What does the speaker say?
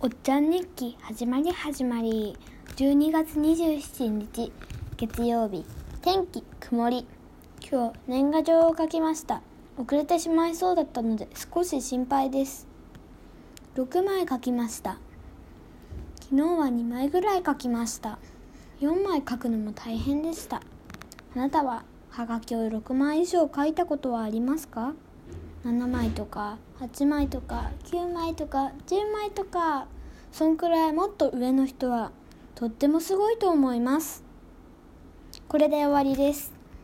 おっちゃん日記始まり12月27日月曜日、天気曇り。今日年賀状を書きました。遅れてしまいそうだったので少し心配です。6枚書きました。昨日は2枚ぐらい書きました。4枚書くのも大変でした。あなたははがきを6枚以上書いたことはありますか？7枚とか8枚とか9枚とか10枚とか、そんくらいもっと上の人はとってもすごいと思います。これで終わりです。